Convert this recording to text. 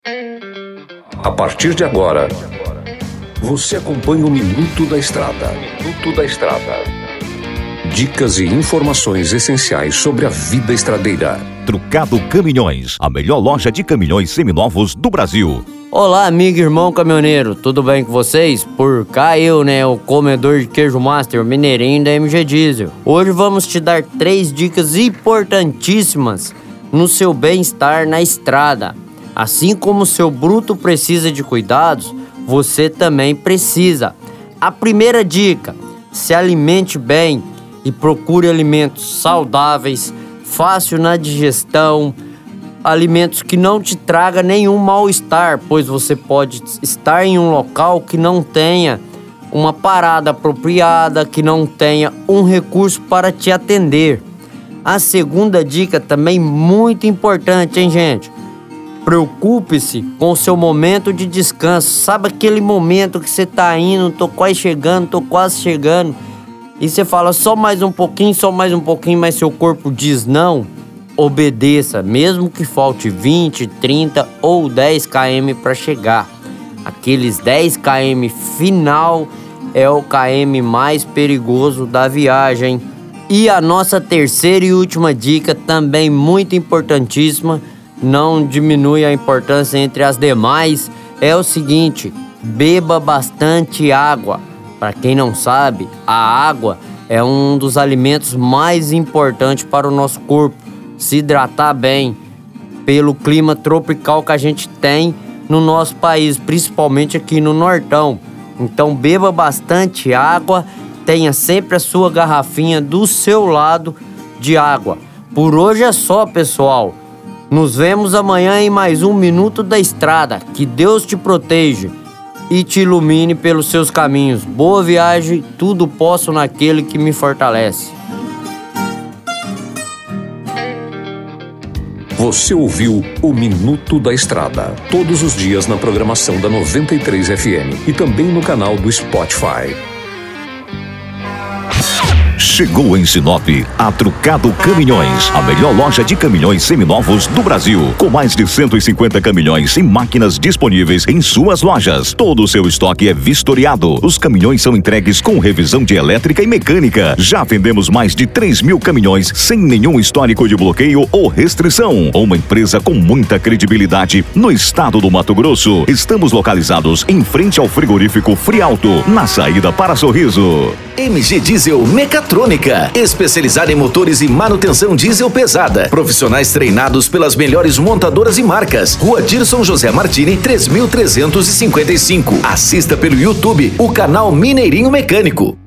A partir de agora, você acompanha o Minuto da Estrada. Minuto da Estrada. Dicas e informações essenciais sobre a vida estradeira. Trucado Caminhões, a melhor loja de caminhões seminovos do Brasil. Olá, amigo e irmão caminhoneiro, tudo bem com vocês? Por cá o comedor de queijo master, mineirinho da MG Diesel. Hoje vamos te dar 3 dicas importantíssimas no seu bem-estar na estrada. Assim como o seu bruto precisa de cuidados, você também precisa. A primeira dica: se alimente bem e procure alimentos saudáveis, fácil na digestão, alimentos que não te tragam nenhum mal-estar, pois você pode estar em um local que não tenha uma parada apropriada, que não tenha um recurso para te atender. A segunda dica também muito importante, hein, gente? Preocupe-se com o seu momento de descanso. Sabe aquele momento que você tá indo, tô quase chegando, e você fala só mais um pouquinho, mas seu corpo diz não? Obedeça, mesmo que falte 20, 30 ou 10 km para chegar. Aqueles 10 km final é o km mais perigoso da viagem. E a nossa terceira e última dica, também muito importantíssima, não diminui a importância entre as demais, é o seguinte: beba bastante água. Para quem não sabe, a água é um dos alimentos mais importantes para o nosso corpo. Se hidratar bem, pelo clima tropical que a gente tem no nosso país, principalmente aqui no Nortão. Então beba bastante água, tenha sempre a sua garrafinha do seu lado de água. Por hoje é só, pessoal. Nos vemos amanhã em mais um Minuto da Estrada. Que Deus te proteja e te ilumine pelos seus caminhos. Boa viagem, tudo posso naquele que me fortalece. Você ouviu o Minuto da Estrada, todos os dias na programação da 93 FM e também no canal do Spotify. Chegou em Sinop a Trucado Caminhões, a melhor loja de caminhões seminovos do Brasil, com mais de 150 caminhões e máquinas disponíveis em suas lojas. Todo o seu estoque é vistoriado. Os caminhões são entregues com revisão de elétrica e mecânica. Já vendemos mais de 3.000 caminhões sem nenhum histórico de bloqueio ou restrição. Uma empresa com muita credibilidade no estado do Mato Grosso. Estamos localizados em frente ao frigorífico Frialto, na saída para Sorriso. MG Diesel Mecatrônica, especializada em motores e manutenção diesel pesada. Profissionais treinados pelas melhores montadoras e marcas. Rua Dirson José Martini, 3355. Assista pelo YouTube o canal Mineirinho Mecânico.